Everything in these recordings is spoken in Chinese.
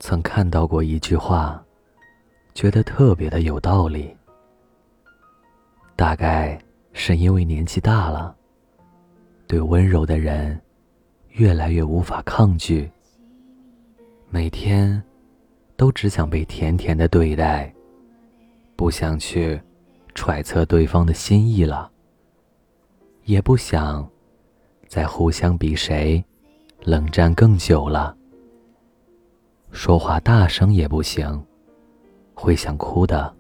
曾看到过一句话，觉得特别的有道理。大概是因为年纪大了，对温柔的人越来越无法抗拒，每天都只想被甜甜的对待，不想去揣测对方的心意了，也不想再互相比谁冷战更久了。说话大声也不行，会想哭的。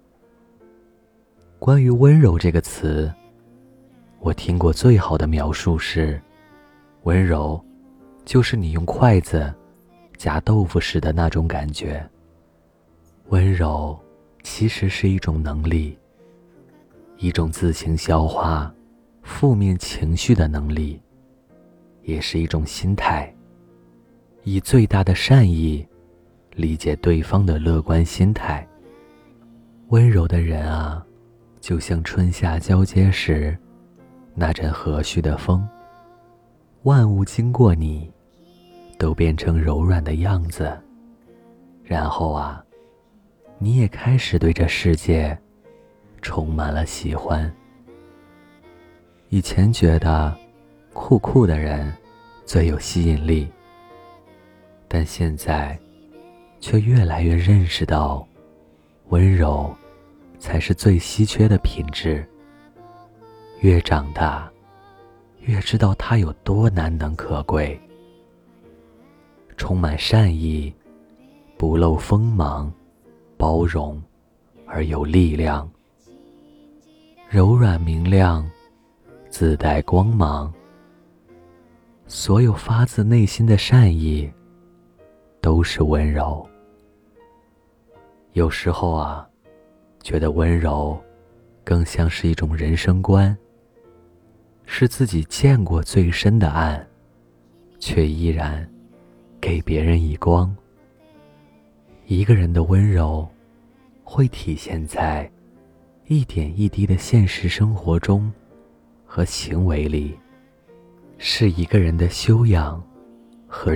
关于温柔这个词，我听过最好的描述是，温柔就是你用筷子夹豆腐时的那种感觉。温柔其实是一种能力，一种自行消化负面情绪的能力，也是一种心态，以最大的善意理解对方的乐观心态。温柔的人啊，就像春夏交接时那阵和煦的风，万物经过你都变成柔软的样子，然后啊，你也开始对这世界充满了喜欢。以前觉得酷酷的人最有吸引力，但现在却越来越认识到，温柔才是最稀缺的品质。越长大，越知道它有多难能可贵。充满善意，不露锋芒，包容而有力量，柔软明亮，自带光芒。所有发自内心的善意都是温柔。有时候啊，觉得温柔更像是一种人生观，是自己见过最深的暗，却依然给别人以光。一个人的温柔会体现在一点一滴的现实生活中和行为里，是一个人的修养和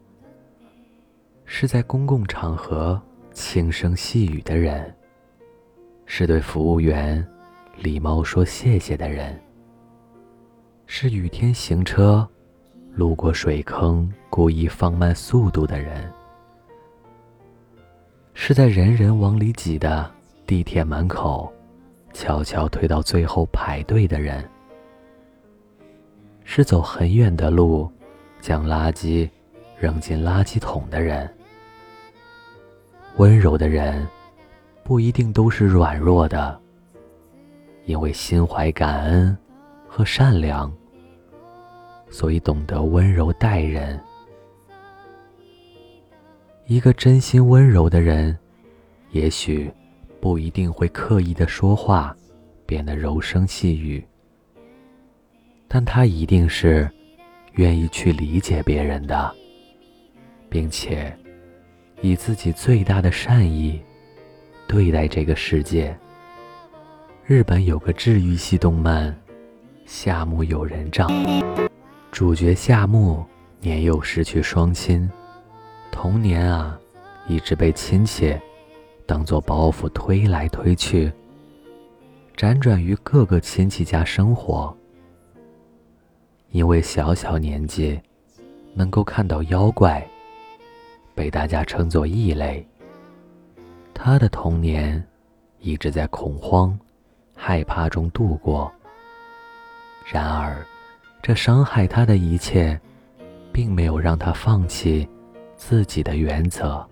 是在公共场合轻声细语的人，是对服务员礼貌说谢谢的人，是雨天行车路过水坑故意放慢速度的人，是在人人往里挤的地铁门口悄悄推到最后排队的人，是走很远的路将垃圾扔进垃圾桶的人。温柔的人不一定都是软弱的，因为心怀感恩和善良，所以懂得温柔待人。一个真心温柔的人，也许不一定会刻意的说话变得柔声细语，但他一定是愿意去理解别人的，并且以自己最大的善意对待这个世界。日本有个治愈系动漫《夏目友人帐》，主角夏目年幼失去双亲，童年啊一直被亲戚当作包袱推来推去，辗转于各个亲戚家生活。因为小小年纪能够看到妖怪，被大家称作异类，他的童年一直在恐慌害怕中度过。然而这伤害他的一切并没有让他放弃自己的原则。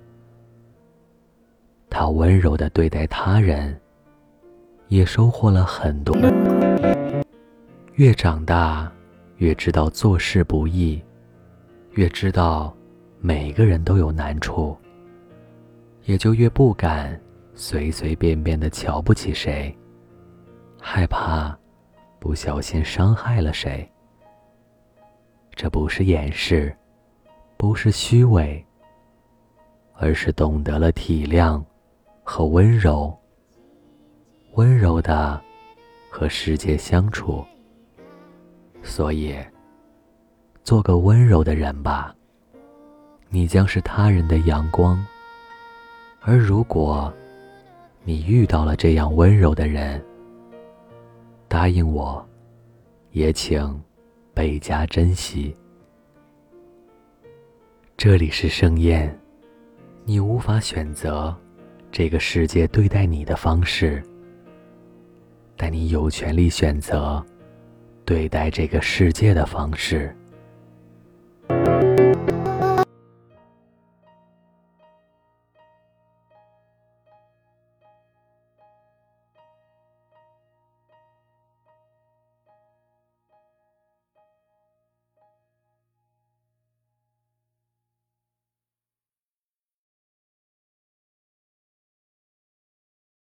他温柔地对待他人，也收获了很多。越长大，越知道做事不易，越知道每个人都有难处，也就越不敢随随便便地瞧不起谁，害怕不小心伤害了谁。这不是掩饰，不是虚伪，而是懂得了体谅和温柔，温柔地和世界相处。所以做个温柔的人吧，你将是他人的阳光而如果你遇到了这样温柔的人，答应我，也请倍加珍惜。这里是盛宴，你无法选择这个世界对待你的方式，但你有权利选择对待这个世界的方式。